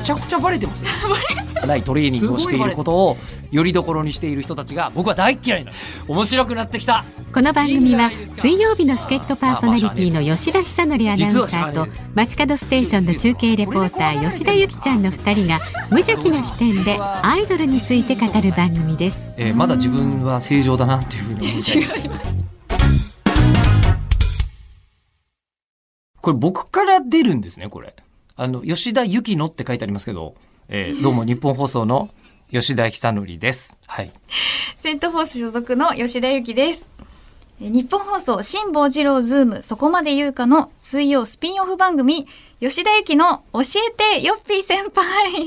ちゃくちゃバレてますよないトレーニングをしていることをよりどころにしている人たちが僕は大嫌いなんです。面白くなってきた。 この番組は水曜日の助っ人パーソナリティの吉田久典アナウンサーと街角ステーションの中継レポーター吉田ゆきちゃんの2人が無邪気な視点でアイドルについて語る番組です。 まだ自分は正常だなっていうふうに思って違います。 これ僕から出るんですね。これ吉田ゆきのって書いてありますけど、どうも日本放送の吉田久典です。はい。 セントフォース所属の吉田ゆきです。日本放送辛坊治郎ズームそこまで言うかの水曜スピンオフ番組吉田ゆきの教えてよっぴー先輩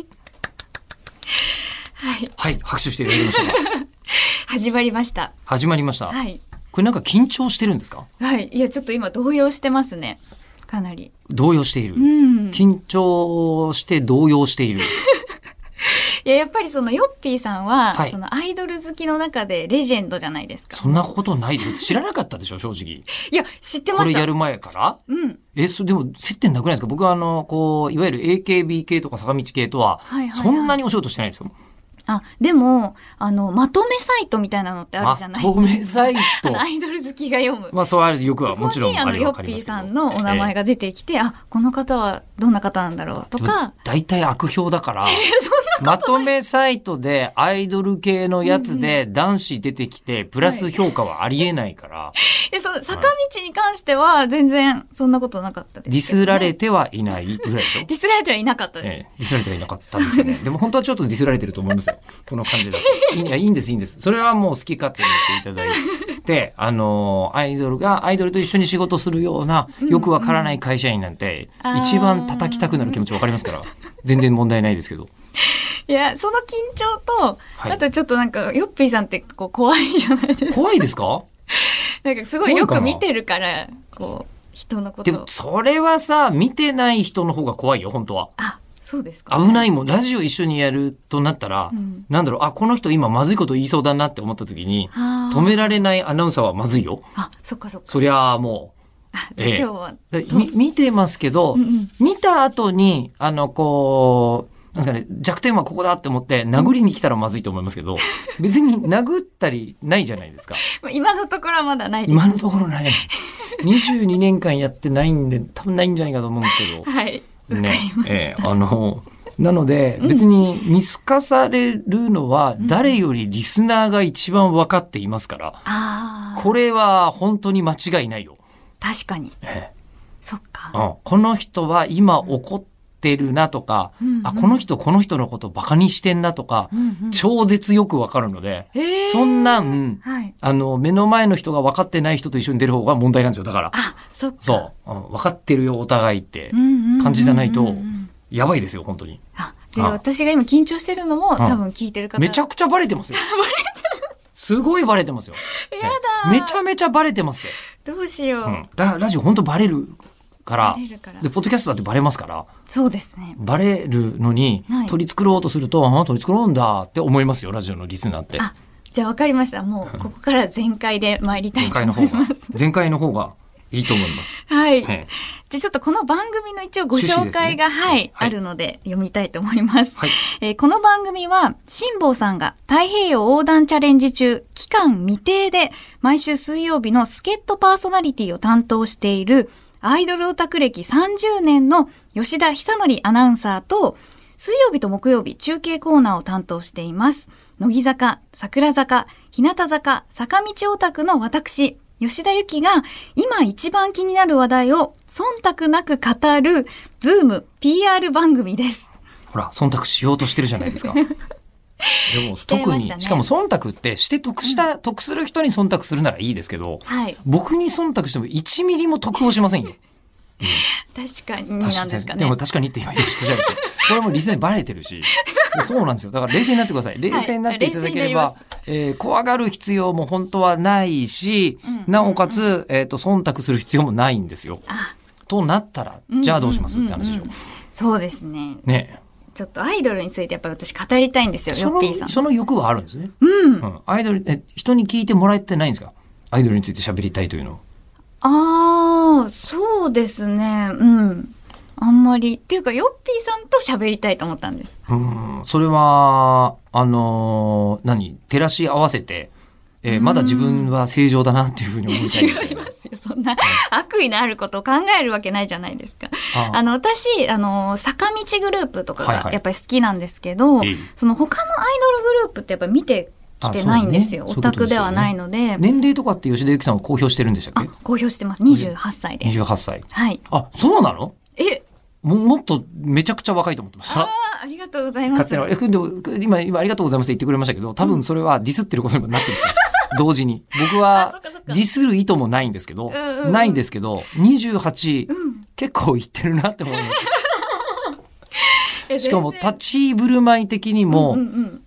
はい、 はい、拍手していただきました始まりました。 始まりました。 はい。 これなんか緊張してるんですか？ はい。いやちょっと今動揺してますね。かなり動揺している、緊張して動揺しているいや、やっぱりそのヨッピーさんは、 はい、 そのアイドル好きの中でレジェンドじゃないですか。 そんなことないです。知らなかったでしょ正直。 いや知ってました。 これやる前から、でも接点なくないですか？僕はいわゆる AKB 系とか坂道系とは、そんなにお仕事してないですよ。 でもまとめサイトみたいなのってあるじゃないですか。 まとめサイトアイドル好きが読む。 そうあるよくはもちろんあるヨッピーさんのお名前が出てきて、この方はどんな方なんだろうとか。 大体悪評だからまとめサイトでアイドル系のやつで男子出てきてプラス評価はありえないから、 その坂道に関しては全然そんなことなかったです、ね。 ディスられてはいないぐらいでしょ。 ディスられてはいなかったです。 ディスられてはいなかったんですよね。でも本当はちょっとディスられてると思いますよ。この感じだと。いいんです。それはもう好き勝手に言っていただいて、アイドルと一緒に仕事するようなよくわからない会社員なんて、一番叩きたくなる気持ちわかりますから、全然問題ないですけど。 いや、その緊張と、あとちょっとなんか、ヨッピーさんって怖いじゃないですか。 怖いですか？ なんかすごいよく見てるから、人のこと。 でも、それはさ、見てない人の方が怖いよ、本当は。 そうですか。 危ないもん。ラジオ一緒にやるとなったら、なんだろう、この人今まずいこと言いそうだなって思った時に、止められないアナウンサーはまずいよ。 そっか。 そりゃあもう。 今日は見てますけど、見た後に、なんですかね、弱点はここだって思って殴りに来たらまずいと思いますけど、別に殴ったりないじゃないですか。 今のところはまだないです。 今のところない。22年間やってないんで、多分ないんじゃないかと思うんですけど。 はい。 ね、なので別に見透かされるのは誰よりリスナーが一番分かっていますから、これは本当に間違いないよ。 確かに。そっか。 この人は今怒ってるなとか、この人のことバカにしてんなとか、超絶よく分かるので、そんなん、目の前の人が分かってない人と一緒に出る方が問題なんですよ。だからそっか。 そう、分かってるよお互いって感じじゃないとやばいですよ本当に。 じゃあ私が今緊張してるのも多分聞いてる方、 めちゃくちゃバレてますよ。すごいバレてますよ。 やだ。 めちゃめちゃバレてますね。 どうしよう。 ラジオ本当バレるからで、ポッドキャストだってバレますから。 そうですね。 バレるのに、取り繕おうとすると、取り繕うんだって思いますよ、ラジオのリスナーって。 じゃあ分かりました。もうここから全開で参りたいと思います。 全開の方がいいと思います。 はい。じゃあちょっとこの番組の一応ご紹介が、あるので読みたいと思います。この番組は辛坊さんが太平洋横断チャレンジ中、期間未定で毎週水曜日の助っ人パーソナリティを担当しているアイドルオタク歴30年の吉田久典アナウンサーと、水曜日と木曜日中継コーナーを担当しています。乃木坂、桜坂、日向坂、坂道オタクの私、吉田ゆきが今一番気になる話題を忖度なく語るズーム PR 番組です。 ほら、忖度しようとしてるじゃないですか。でも特に、しかも忖度ってして得する人に忖度するならいいですけど、僕に忖度しても1ミリも得をしませんよ。 確かになんですかね。 でも確かにって今言う人じゃないですか。これもリスナーにバレてるし。そうなんですよ。だから冷静になってください。冷静になっていただければ、怖がる必要も本当はないし、なおかつ、忖度する必要もないんですよ。となったら、じゃあどうしますって話でしょ。 そうですね。 ね。 ちょっとアイドルについてやっぱり私語りたいんですよ、ヨッピーさん。 その欲はあるんですね。アイドル、人に聞いてもらえてないんですか？アイドルについて喋りたいというの。 そうですね。 あんまりっていうかヨッピーさんと喋りたいと思ったんです。 それは照らし合わせて、まだ自分は正常だなっていうふうに思いたい。 違いますよ。そんな悪意のあることを考えるわけないじゃないですか。私坂道グループとかがやっぱり好きなんですけど、その他のアイドルグループってやっぱり見てきてないんですよ。オタクではないので。 年齢とかって吉田ゆきさんは公表してるんでしたっけ？ 公表してます。28歳です。 28歳。 はい。 あ、そうなの？もっとめちゃくちゃ若いと思ってました。 ありがとうございます。 でも今ありがとうございますって言ってくれましたけど、多分それはディスってることにもなってるんですよ。同時に。僕はディスる意図もないんですけど、ないですけど、28、結構いってるなって思いました。しかも立ち振る舞い的にも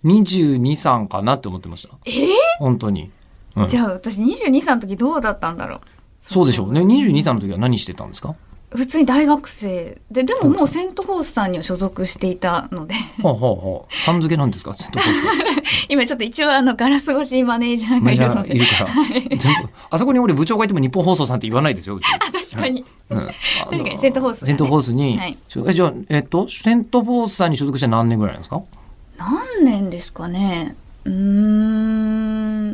22、3かなって思ってました。本当に。 じゃあ私22、3の時どうだったんだろう。 そうでしょうね。22、3の時は何してたんですか？ 普通に大学生で、でももうセントフォースさんには所属していたので。 さん付けなんですか？セントフォース。 今ちょっと一応ガラス越しマネージャーがいるので。 いるから。あそこに俺部長がいても日本放送さんって言わないですよ。うち。 確かに。確かにセントフォース。 セントフォースに。じゃあセントフォースさんに所属して何年ぐらいなんですか？ 何年ですかね。多分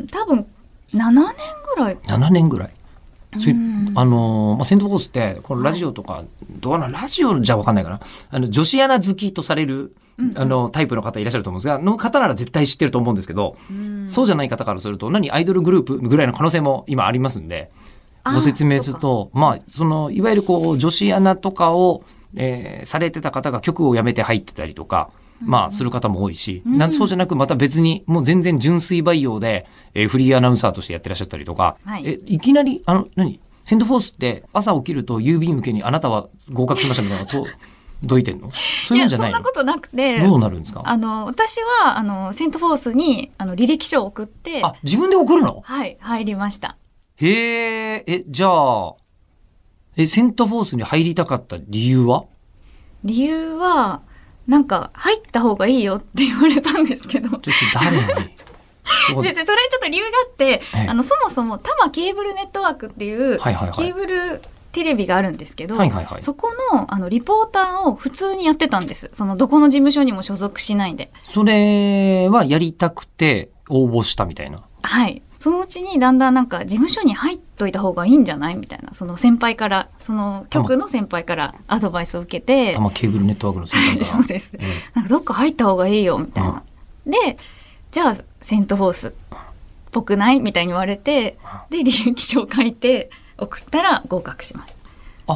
7年ぐらい。 7年ぐらい。セントフォースってこのラジオとか、どうなラジオじゃ分かんないかな、女子アナ好きとされるタイプの方いらっしゃると思うんですが、の方なら絶対知ってると思うんですけど、そうじゃない方からするとアイドルグループぐらいの可能性も今ありますんで、ご説明すると、いわゆる女子アナとかを、されてた方が局を辞めて入ってたりとか、する方も多いし、そうじゃなくまた別にもう全然純粋培養で、フリーアナウンサーとしてやってらっしゃったりとか、いきなりセントフォースって朝起きると郵便受けにあなたは合格しましたみたいなことどいてんの？そういうのじゃないの？ そんなことなくて、 どうなるんですか？ 私はセントフォースに履歴書を送って、 自分で送るの？ はい、入りました。 へえ、じゃあセントフォースに入りたかった理由は？理由は入った方がいいよって言われたんですけど。 誰に？ それちょっと理由があって、そもそも多摩ケーブルネットワークっていう、ケーブルテレビがあるんですけど、そこのリポーターを普通にやってたんです。どこの事務所にも所属しないで。 それはやりたくて応募したみたいな。 はい。そのうちにだんだん事務所に入っといた方がいいんじゃないみたいな、先輩から、局の先輩からアドバイスを受けて。 多摩ケーブルネットワークの先輩から。 そうです。どっか入った方がいいよみたいな。で、じゃあセントフォースっぽくないみたいに言われて、で履歴書を書いて送ったら合格しました。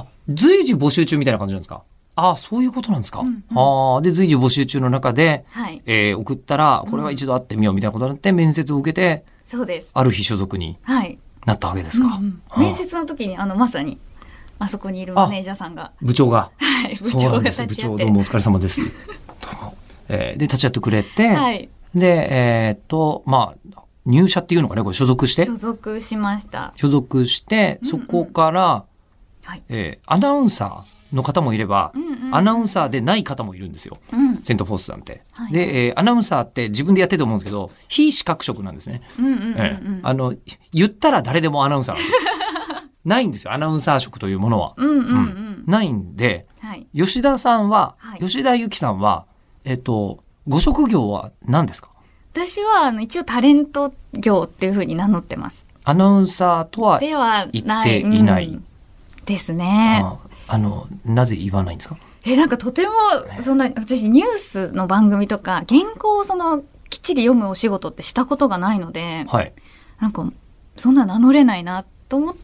随時募集中みたいな感じなんですか？そういうことなんですか？で随時募集中の中で、送ったらこれは一度会ってみようみたいなことになって面接を受けて、 そうです。 ある日所属になったわけですか？ 面接の時にまさにあそこにいるマネージャーさんが、 部長が、 部長が立ち会って、 部長どうもお疲れ様です。で立ち会ってくれて。で、入社っていうのかね、これ所属して所属しました。 所属して、そこから、アナウンサーの方もいれば、アナウンサーでない方もいるんですよ。セントフォースさんって。で、アナウンサーって自分でやってると思うんですけど、非資格職なんですね。言ったら誰でもアナウンサーなんですよ。ないんですよ、アナウンサー職というものは。ないんで、吉田さんは、吉田ゆきさんは、ご職業は何ですか？ 私は一応タレント業っていうふうに名乗ってます。 アナウンサーとは言っていない。 ですね。 なぜ言わないんですか？ とても私ニュースの番組とか原稿をきっちり読むお仕事ってしたことがないので、そんな名乗れないなと思って、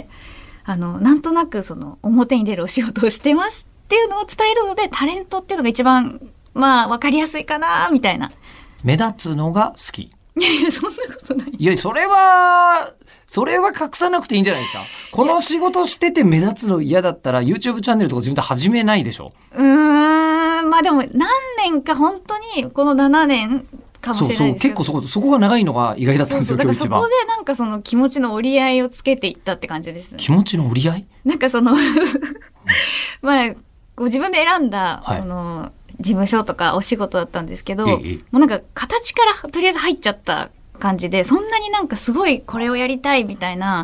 なんとなく表に出るお仕事をしてますっていうのを伝えるので、タレントっていうのが一番わかりやすいかなみたいな。 目立つのが好き。 そんなことない。 いや、それは隠さなくていいんじゃないですか。この仕事してて目立つの嫌だったら YouTube チャンネルとか自分で始めないでしょ。 でも何年か本当にこの7年かもしれないですけど。 結構そこが長いのが意外だったんですよ。 だからそこで気持ちの折り合いをつけていったって感じです。 気持ちの折り合い？ ご自分で選んだ、事務所とかお仕事だったんですけど、もう形からとりあえず入っちゃった感じで、そんなにすごいこれをやりたいみたいな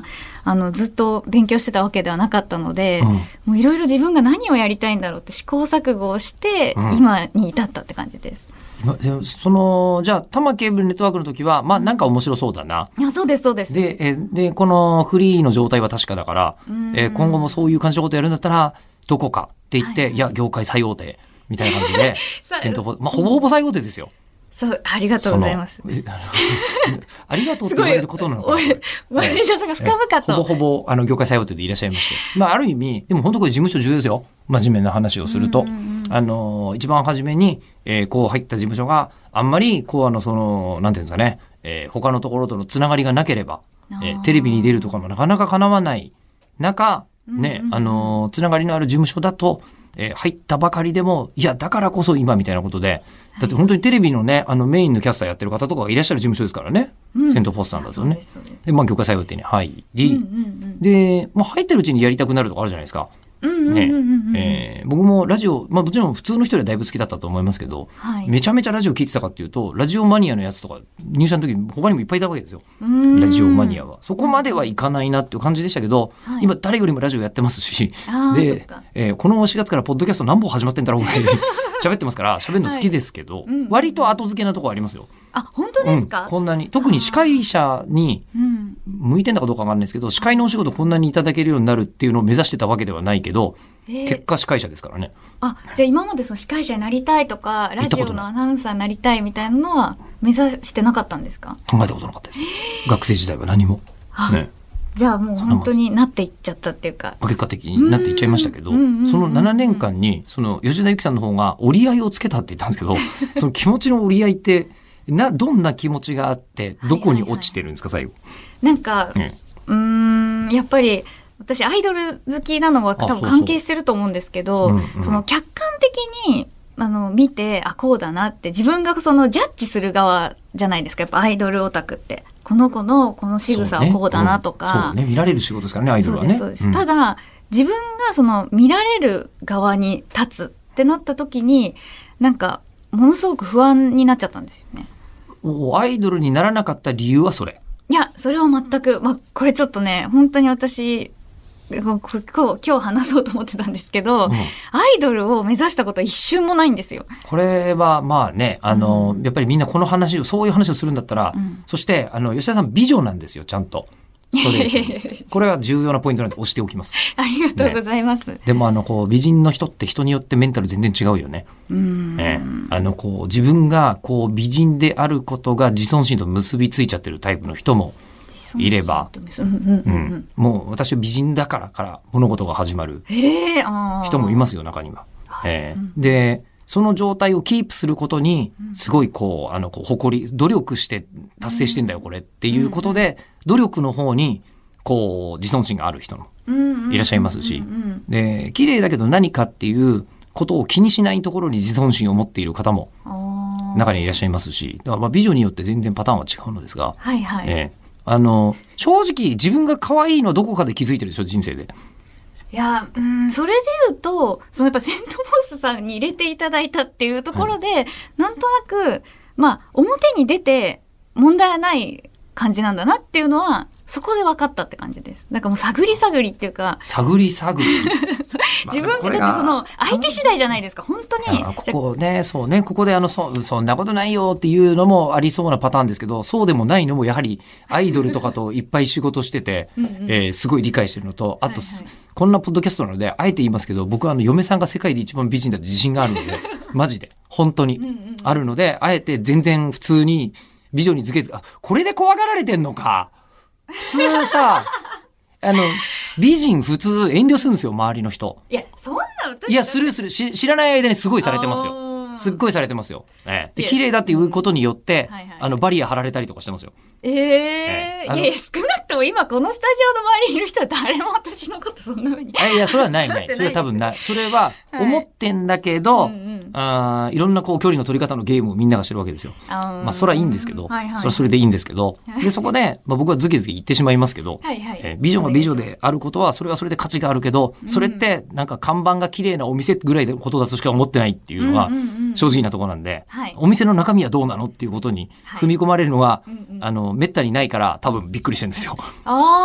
ずっと勉強してたわけではなかったので、 うんもういろいろ自分が何をやりたいんだろうって試行錯誤をして、今に至ったって感じです。 でもじゃあ、多摩ケーブルネットワークの時は、まあなんか面白そうだな。 いや、そうです、そうです。 で、このフリーの状態は確かだから、今後もそういう感じのことやるんだったら、どこかって言って、いや、業界最大手、みたいな感じで、まあほぼほぼ最大手ですよ。 そう、ありがとうございます。 ありがとうって言われることなのかな。 マネージャーさんが深々と。 ほぼほぼ、業界最大手でいらっしゃいまして。まあ、ある意味、でも本当これ事務所重要ですよ。真面目な話をすると。一番初めに、こう入った事務所があんまりこうなんていうんですかね、他のところとのつながりがなければ、テレビに出るとかもなかなか叶わない中、ね、つながりのある事務所だと、入ったばかりでも、いや、だからこそ今みたいなことで、だって本当にテレビのね、メインのキャスターやってる方とかがいらっしゃる事務所ですからね。セントフォスさんだとね。で、まあ、業界最大手に入り、で、まあ、入ってるうちにやりたくなるとかあるじゃないですか。僕もラジオ、まあもちろん普通の人よりだいぶ好きだったと思いますけど、めちゃめちゃラジオ聞いてたかっていうと、ラジオマニアのやつとか入社の時に他にもいっぱいいたわけですよ。ラジオマニアは。そこまではいかないなっていう感じでしたけど、今誰よりもラジオやってますし、で、この4月からポッドキャスト何本始まってんだろうぐらい喋ってますから、喋るの好きですけど、割と後付けなところありますよ。 あ、本当ですか？ こんなに。特に司会者に向いてんだかどうかわかんないですけど、司会のお仕事こんなにいただけるようになるっていうのを目指してたわけではないけど、結果司会者ですからね。 あ、じゃあ今までその司会者になりたいとか、ラジオのアナウンサーになりたいみたいなのは目指してなかったんですか？ 考えたことなかったです。学生時代は何も。ね。 じゃあもう本当になっていっちゃったっていうか。 結果的になっていっちゃいましたけど、その7年間に、吉田ゆきさんの方が折り合いをつけたって言ったんですけど、その気持ちの折り合いって、どんな気持ちがあって、どこに落ちてるんですか、最後。 なんか、やっぱり、私アイドル好きなのは多分関係してると思うんですけど、その客観的に見て、あ、こうだなって自分がそのジャッジする側じゃないですか。やっぱアイドルオタクってこの子のこの仕草はこうだなとか、 そうね、見られる仕事ですからね、アイドルはね。 そうです。ただ自分がその見られる側に立つってなった時に、なんかものすごく不安になっちゃったんですよね。 アイドルにならなかった理由はそれ？ いや、それは全く、これちょっとね、本当に私今日話そうと思ってたんですけど、アイドルを目指したことは一瞬もないんですよ。 これはまあね、やっぱりみんなこの話を、そういう話をするんだったら、そして吉田さん美女なんですよ、ちゃんと。これは重要なポイントなので押しておきます。 ありがとうございます。ね、 でも美人の人って人によってメンタル全然違うよね。自分が美人であることが自尊心と結びついちゃってるタイプの人もいれば、もう私は美人だから物事が始まる人もいますよ、中には。で、その状態をキープすることにすごい誇り、努力して達成してんだよこれっていうことで、努力の方に自尊心がある人もいらっしゃいますし、で、綺麗だけど何かっていうことを気にしないところに自尊心を持っている方も中にはいらっしゃいますし、だから美女によって全然パターンは違うのですが、正直自分が可愛いのはどこかで気づいてるでしょ、人生で。 いや、それで言うと、やっぱセントモスさんに入れていただいたっていうところで、なんとなく、表に出て問題はない感じなんだなっていうのは、そこで分かったって感じです。なんかもう探り探りっていうか。 探り探り自分が、だって相手次第じゃないですか、本当に。 ここね、そうね、ここでそんなことないよっていうのもありそうなパターンですけど、そうでもないのもやはりアイドルとかといっぱい仕事してて、すごい理解してるのと、あと、こんなポッドキャストなので、あえて言いますけど、僕は嫁さんが世界で一番美人だって自信があるので、マジで、本当にあるので、あえて全然普通に美女に付けず、これで怖がられてんのか。普通さ、美人普通遠慮するんですよ、周りの人。 いや、そんな私。 いや、する。知らない間にすごいされてますよ。すっごいされてますよ。で、綺麗だっていうことによって、バリア張られたりとかしてますよ。 いや、少なくとも今このスタジオの周りにいる人は誰も私のことそんな風に。 いや、それはない。それは多分ない。それは思ってんだけど、いろんな距離の取り方のゲームをみんながしてるわけですよ。それはいいんですけど、それはそれでいいんですけど、で、そこで、僕はズケズケ言ってしまいますけど、美女が美女であることは、それはそれで価値があるけど、それってなんか看板が綺麗なお店ぐらいのことだとしか思ってないっていうのは、正直なところなんで、お店の中身はどうなのっていうことに踏み込まれるのは、めったにないから多分びっくりしてるんですよ。多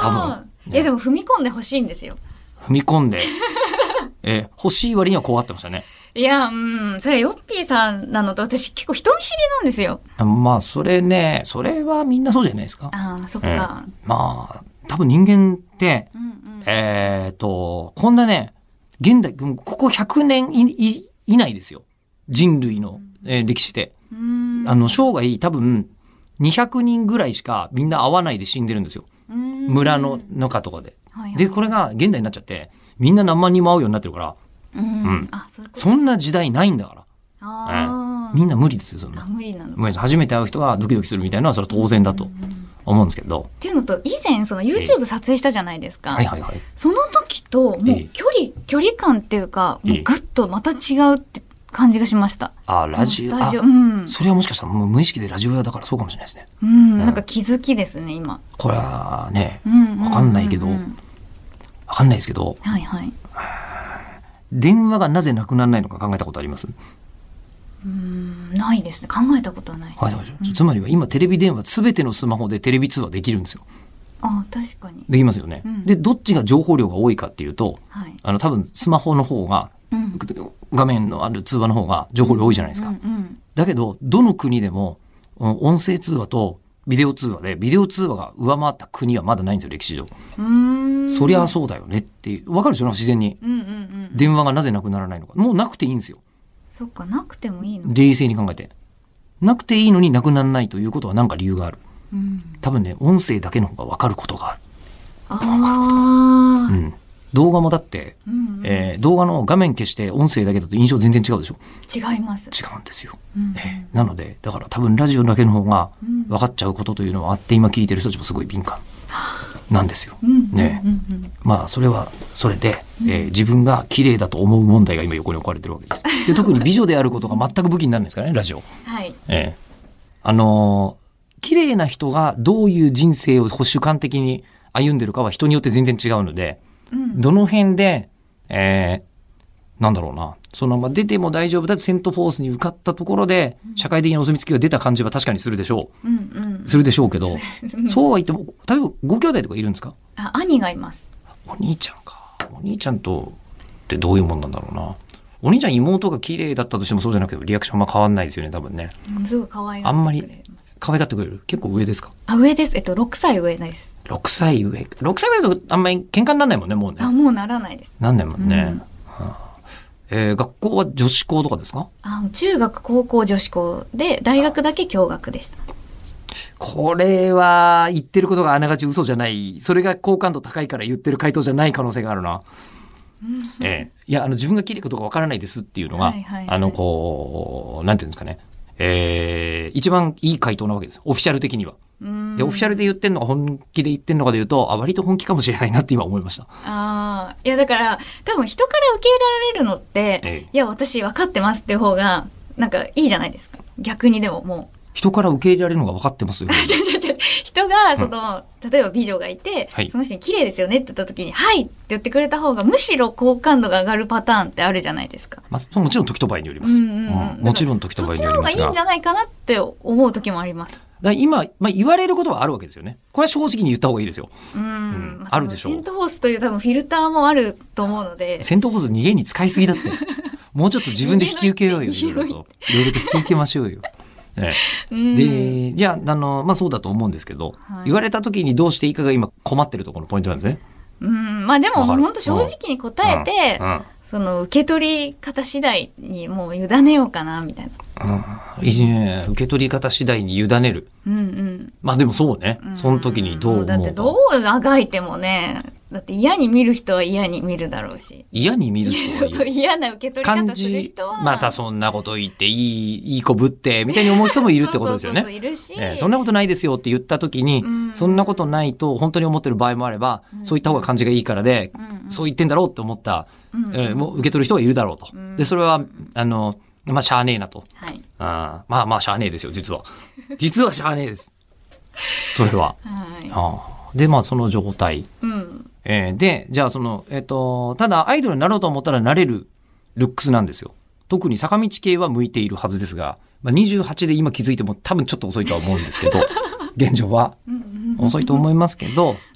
多分。 いやでも踏み込んでほしいんですよ。 踏み込んで。欲しい割には怖がってましたね。 いや、それヨッピーさんなのと私結構人見知りなんですよ。 まあ、それはみんなそうじゃないですか。 ああ、そっか。 まあ、多分人間って、こんなね、現代、ここ100年以内ですよ。人類の、歴史で。生涯多分200人ぐらいしかみんな会わないで死んでるんですよ。村の中とかで。で、これが現代になっちゃって、みんな何万人も会うようになってるから、そんな時代ないんだから。みんな無理ですよ、そんな。 無理なの。 初めて会う人がドキドキするみたいなのはそれは当然だと思うんですけど。 っていうのと、以前その YouTube 撮影したじゃないですか。その時と、もう距離感っていうか、もうぐっとまた違うって感じがしました。 ラジオ。それはもしかしたらもう無意識でラジオ屋だからそうかもしれないですね。 なんか気づきですね、今。 これはね、わかんないけど、わかんないですけど、電話がなぜなくならないのか考えたことあります？ ないですね。考えたことはない。 つまりは今テレビ電話すべてのスマホでテレビ通話できるんですよ。 確かに。 できますよね。で、どっちが情報量が多いかっていうと、多分スマホの方が、画面のある通話の方が情報量多いじゃないですか。だけど、どの国でも音声通話とビデオ通話で、ビデオ通話が上回った国はまだないんですよ、歴史上。そりゃそうだよねっていう。わかるでしょ、自然に。電話がなぜなくならないのか。もうなくていいんですよ。 そっか、なくてもいいの？ 冷静に考えて。なくていいのになくならないということは何か理由がある。多分ね、音声だけの方がわかることがある。動画もだって、動画の画面消して音声だけだと印象全然違うでしょ。 違います。 違うんですよ。なので、だから多分ラジオだけの方が分かっちゃうことというのはあって、今聞いてる人たちもすごい敏感なんですよ。まあそれはそれで、自分が綺麗だと思う問題が今横に置かれてるわけです。で、特に美女であることが全く武器になるんですからね、ラジオ。綺麗な人がどういう人生を主観的に歩んでるかは人によって全然違うので、どの辺で、なんだろうな、出ても大丈夫だとセントフォースに受かったところで、社会的なお墨付きが出た感じは確かにするでしょう。するでしょうけど、そうは言っても、例えばご兄弟とかいるんですか？ 兄がいます。 お兄ちゃんか。お兄ちゃんとってどういうもんなんだろうな。お兄ちゃん妹が綺麗だったとしてもそうじゃなくてリアクションは変わんないですよね、多分ね。 すごい可愛がってくれる。 あんまり可愛がってくれる。結構上ですか？ 上です。6歳上です。 6歳上だとあんまり喧嘩にならないもんね、もうね。 もうならないです。 なんないもんね。学校は女子校とかですか？ 中学高校女子校で、大学だけ共学でした。 これは言ってることがあながち嘘じゃない。それが好感度高いから言ってる回答じゃない可能性があるな。いや、自分が綺麗かどうかわからないですっていうのが、なんていうんですかね。一番いい回答なわけです。オフィシャル的には。で、オフィシャルで言ってんのか本気で言ってんのかで言うと、割と本気かもしれないなって今思いました。 いやだから多分人から受け入れられるのって、いや私分かってますっていう方がなんかいいじゃないですか。逆にでももう。 人から受け入れられるのが分かってますよ。 人が例えば美女がいて、その人に綺麗ですよねって言った時に、はいって言ってくれた方がむしろ好感度が上がるパターンってあるじゃないですか。 もちろん時と場合によります。もちろん時と場合によりますが。そっちの方がいいんじゃないかなって思う時もあります。 今、言われることはあるわけですよね。これは正直に言った方がいいですよ。あるでしょう。 セントフォースという多分フィルターもあると思うので。 セントフォース逃げに使いすぎだって。もうちょっと自分で引き受けようよ。いろいろと引き受けましょうよ。で、じゃあ、そうだと思うんですけど、言われた時にどうしていいかが今困ってるところのポイントなんですね。 でも本当正直に答えて、その受け取り方次第にもう委ねようかなみたいな。 受け取り方次第に委ねる。でもそうね。その時にどう思うか。 だってどうあがいてもね、だって嫌に見る人は嫌に見るだろうし。 嫌に見る人は嫌な受け取り方する人は。 またそんなこと言っていい子ぶってみたいに思う人もいるってことですよね。 いるし、 そんなことないですよって言った時に、そんなことないと本当に思ってる場合もあれば、そういった方が感じがいいからで、そう言ってんだろうって思った、もう受け取る人はいるだろうと。で、それはしゃあねえなと。しゃあねえですよ、実は。実はしゃあねえです。それは。で、その状態。で、じゃあただアイドルになろうと思ったらなれるルックスなんですよ。特に坂道系は向いているはずですが、28で今気づいても多分ちょっと遅いとは思うんですけど、現状は。遅いと思いますけど、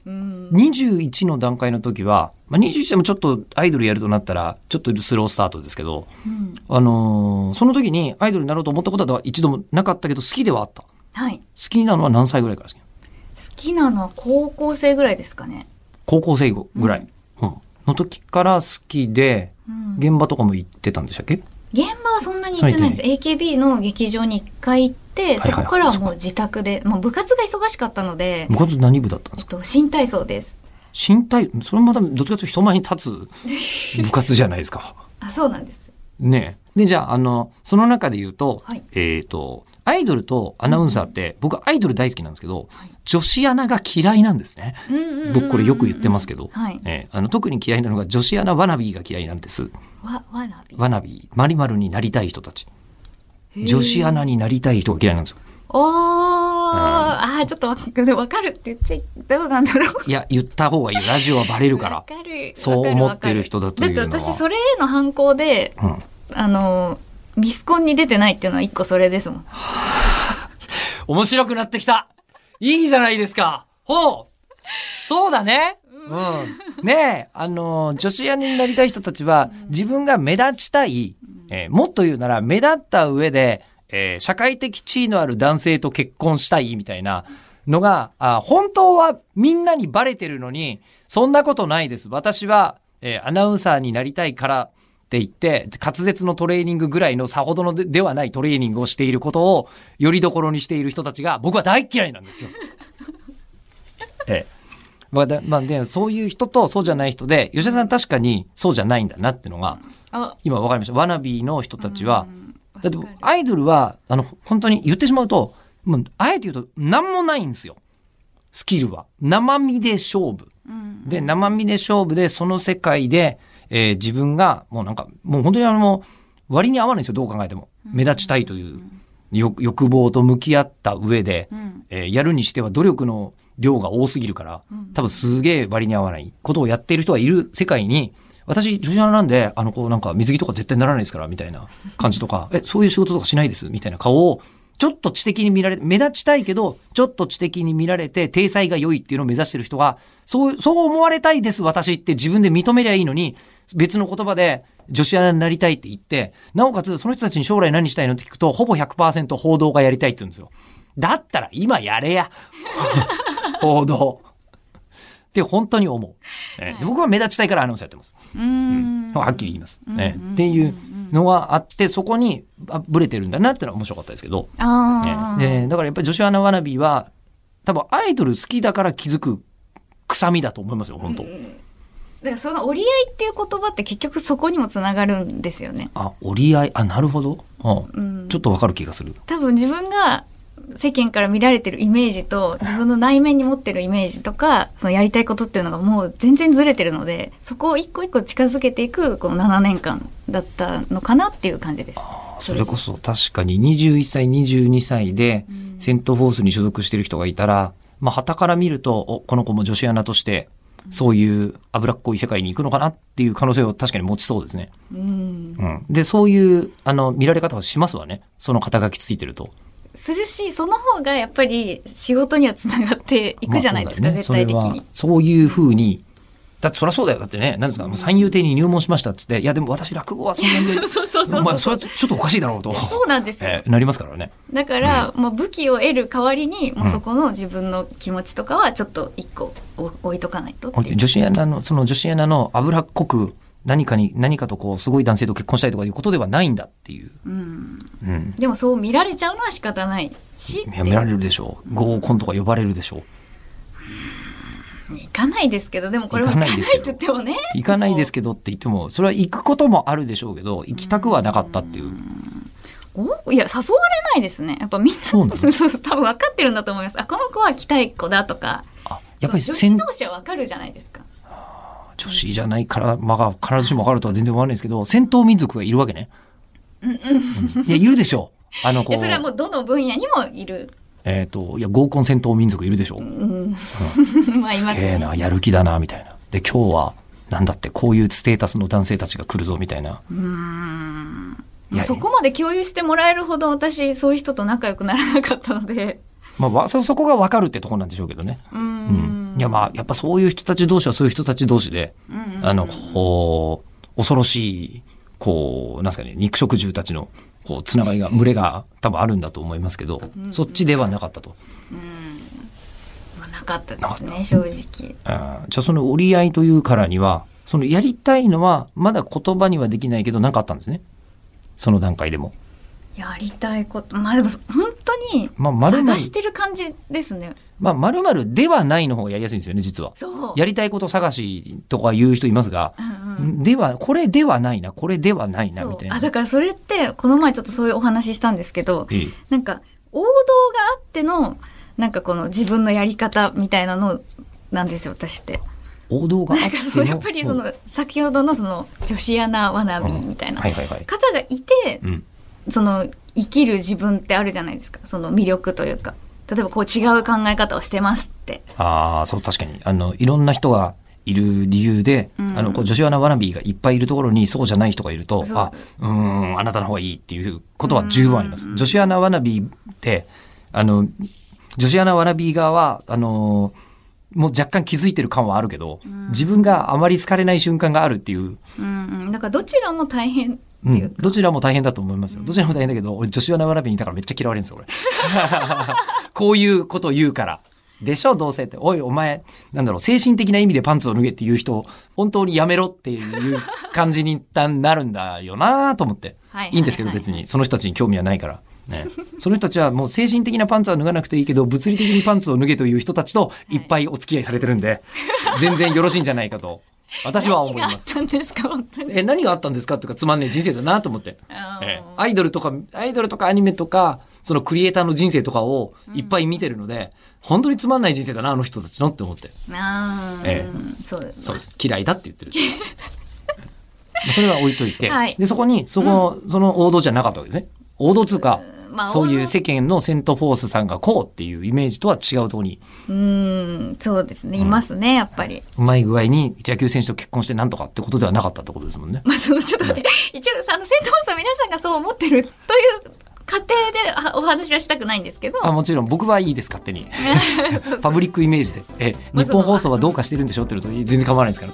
21の段階の時は、21でもちょっとアイドルやるとなったらちょっとスロースタートですけど、その時にアイドルになろうと思ったことは一度もなかったけど好きではあった。 はい。 好きなのは何歳ぐらいから好き？ 好きなのは高校生ぐらいですかね。 高校生ぐらい、の時から好きで、現場とかも行ってたんでしたっけ？ 現場はそんなに行ってないんです。AKB の劇場に1回行って、そこからはもう自宅で、もう部活が忙しかったので。 部活何部だったんですか？ 新体操です。 新体、それもまたどっちかというと人前に立つ部活じゃないですか。 あ、そうなんです。 ねえ。で、じゃあ、その中で言うと、 はい、 アイドルとアナウンサーって、僕アイドル大好きなんですけど、女子アナが嫌いなんですね。僕これよく言ってますけど、特に嫌いなのが女子アナワナビーが嫌いなんです。ワナビー。〇〇になりたい人たち。女子アナになりたい人が嫌いなんですよ。 ちょっと分かるって言っちゃどうなんだろう。 いや、言った方がいいよ。ラジオはバレるから。そう思ってる人だというのは。 だって私それへの反抗で、ミスコンに出てないっていうのは一個それですもん。 面白くなってきた。いいじゃないですか。そうだね。ねえ、女子アナになりたい人たちは自分が目立ちたい、もっと言うなら目立った上で、社会的地位のある男性と結婚したいみたいなのが、本当はみんなにバレてるのに、そんなことないです。私は、アナウンサーになりたいからって言って、滑舌のトレーニングぐらいのさほどの ではないトレーニングをしていることをよりどころにしている人たちが僕は大嫌いなんですよ。でそういう人とそうじゃない人で、吉田さん確かにそうじゃないんだなってのが今分かりました。ワナビーの人たちは、だってアイドルは本当に言ってしまうと、もうあえて言うと何もないんですよ。スキルは生身で勝負、で生身で勝負でその世界で、自分がもう本当に割に合わないんですよ。どう考えても目立ちたいという欲望と向き合った上で、やるにしては努力の量が多すぎるから、多分すげえ割に合わないことをやっている人がいる世界に、私女子アナなんで水着とか絶対ならないですからみたいな感じとかそういう仕事とかしないですみたいな顔をちょっと知的に見られ、目立ちたいけどちょっと知的に見られて体裁が良いっていうのを目指してる人が、そう思われたいです私って自分で認めりゃいいのに、別の言葉で女子アナになりたいって言って、なおかつその人たちに将来何したいのって聞くとほぼ 100% 報道がやりたいって言うんですよ。だったら今やれや報道って本当に思う、で僕は目立ちたいからアナウンサーやってます。はっきり言います、っていうのがあって、そこにブレてるんだなってのは面白かったですけど、だからやっぱり女子アナワナビーは多分アイドル好きだから気づく臭みだと思いますよ本当。 だからその折り合いっていう言葉って結局そこにもつながるんですよね。 折り合い、なるほど、ちょっとわかる気がする。 多分自分が世間から見られてるイメージと自分の内面に持ってるイメージとか、そのやりたいことっていうのがもう全然ずれてるので、そこを一個一個近づけていくこの7年間だったのかなっていう感じです。 それこそ確かに21歳22歳でセントフォースに所属してる人がいたら、傍から見るとこの子も女子アナとしてそういう脂っこい世界に行くのかなっていう可能性を確かに持ちそうですね。でそういう見られ方はしますわね、その肩書きついてると。するし、その方がやっぱり仕事にはつながっていくじゃないですか、絶対的に。 そういう風に、だってそりゃそうだよ。だってね、何ですか、三遊亭に入門しましたって言って、いやでも私落語はそんなにそれはちょっとおかしいだろうと。 そうなんですよ、 なりますからね。 だから、もう武器を得る代わりに、もうそこの自分の気持ちとかはちょっと一個置いとかないとっていう。 女子アナの脂っこく何かとすごい男性と結婚したいとかいうことではないんだっていう、 でもそう見られちゃうのは仕方ないし、 見られるでしょう。合コンとか呼ばれるでしょう。 行かないですけど、でもこれは行かないって言ってもね、 行かないですけどって言っても、それは行くこともあるでしょうけど、行きたくはなかったっていう。 いや、誘われないですね。やっぱみんなそう多分分かってるんだと思います。この子は来たい子だとか、やっぱり女子同士は分かるじゃないですか。 女子じゃないから、必ずしも分かるとは全然思わないですけど、戦闘民族がいるわけね。いや、いるでしょう。 それはもうどの分野にもいる。 いや、合コン戦闘民族いるでしょう。いますね。すげえな、やる気だなみたいな。で今日はなんだってこういうステータスの男性たちが来るぞみたいな。 そこまで共有してもらえるほど私そういう人と仲良くならなかったので、 そこが分かるってとこなんでしょうけどね。 いややっぱそういう人たち同士はそういう人たち同士で、こう恐ろしいなんですかね、肉食獣たちのつながりが群れが多分あるんだと思いますけど、そっちではなかったと。 なかったですね、正直。 じゃあその折り合いというからには、そのやりたいのはまだ言葉にはできないけどなかったんですね、その段階でも。 やりたいこと、でも本当に探してる感じですね。 〇〇ではないの方がやりやすいんですよね、実は。やりたいこと探しとか言う人いますが、これではないな、これではないなみたいな。 だからそれってこの前ちょっとそういうお話ししたんですけど、なんか王道があってのなんかこの自分のやり方みたいなのなんですよ、私って。 王道があってのやっぱり先ほどのその女子アナわなびみたいな方がいて、その生きる自分ってあるじゃないですか、その魅力というか。例えば違う考え方をしてますって。 そう、確かにいろんな人がいる理由で、女子アナワナビーがいっぱいいるところにそうじゃない人がいると、あなたの方がいいっていうことは十分あります。女子アナワナビーって女子アナワナビー側はもう若干気づいてる感はあるけど、自分があまり好かれない瞬間があるっていう。 だからどちらも大変。 どちらも大変だと思いますよ。どちらも大変だけど、俺女子アナワナビーにいたからめっちゃ嫌われるんですよ、俺。こういうことを言うからでしょ、どうせって。おいお前精神的な意味でパンツを脱げっていう人本当にやめろっていう感じに一旦なるんだよなと思っていいんですけど、別にその人たちに興味はないからね。その人たちはもう精神的なパンツは脱がなくていいけど物理的にパンツを脱げという人たちといっぱいお付き合いされてるんで、全然よろしいんじゃないかと私は思います。 何があったんですか、本当に。 何があったんですかっていうか、つまんねえ人生だなと思って。アイドルとかアニメとかそのクリエイターの人生とかをいっぱい見てるので、本当につまんない人生だなあの人たちのって思って。そうです。嫌いだって言ってる。それは置いといて、でそこにその王道じゃなかったわけですね。王道つうか、そういう世間のセント・フォースさんがこうっていうイメージとは違うところに。 そうですね、いますね、やっぱり。 うまい具合に野球選手と結婚してなんとかってことではなかったってことですもんね。 ちょっと待って、一応セント・フォースは皆さんがそう思ってるという過程でお話はしたくないんですけど。 もちろん僕はいいです、勝手に。パブリックイメージで。日本放送はどうかしてるんでしょって言うと全然構わないですから。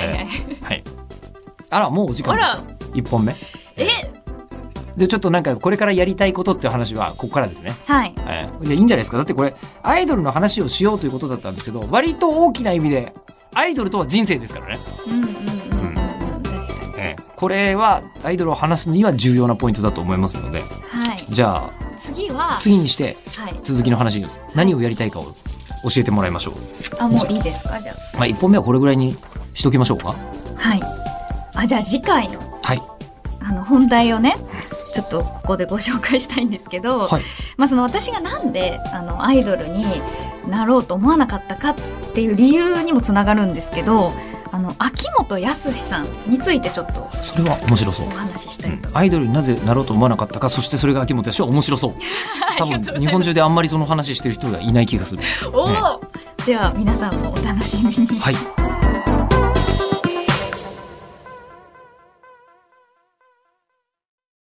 はい。もうお時間ですか。1本目。でちょっとこれからやりたいことっていう話はここからですね。いいんじゃないですか。だってこれアイドルの話をしようということだったんですけど、割と大きな意味でアイドルとは人生ですからね。これはアイドルを話すには重要なポイントだと思いますので、じゃあ次にして続きの話、何をやりたいかを教えてもらいましょう。 もういいですか。じゃあ 1本目はこれぐらいにしときましょうか。 じゃあ次回の本題をね、ちょっとここでご紹介したいんですけど、その私がなんでアイドルになろうと思わなかったかっていう理由にもつながるんですけど、秋元康さんについてちょっとそれは面白そう。 お話ししたい、 アイドルになぜなろうと思わなかったか、そしてそれが秋元康は面白そう。多分日本中であんまりその話してる人がいない気がする。 では皆さんもお楽しみに。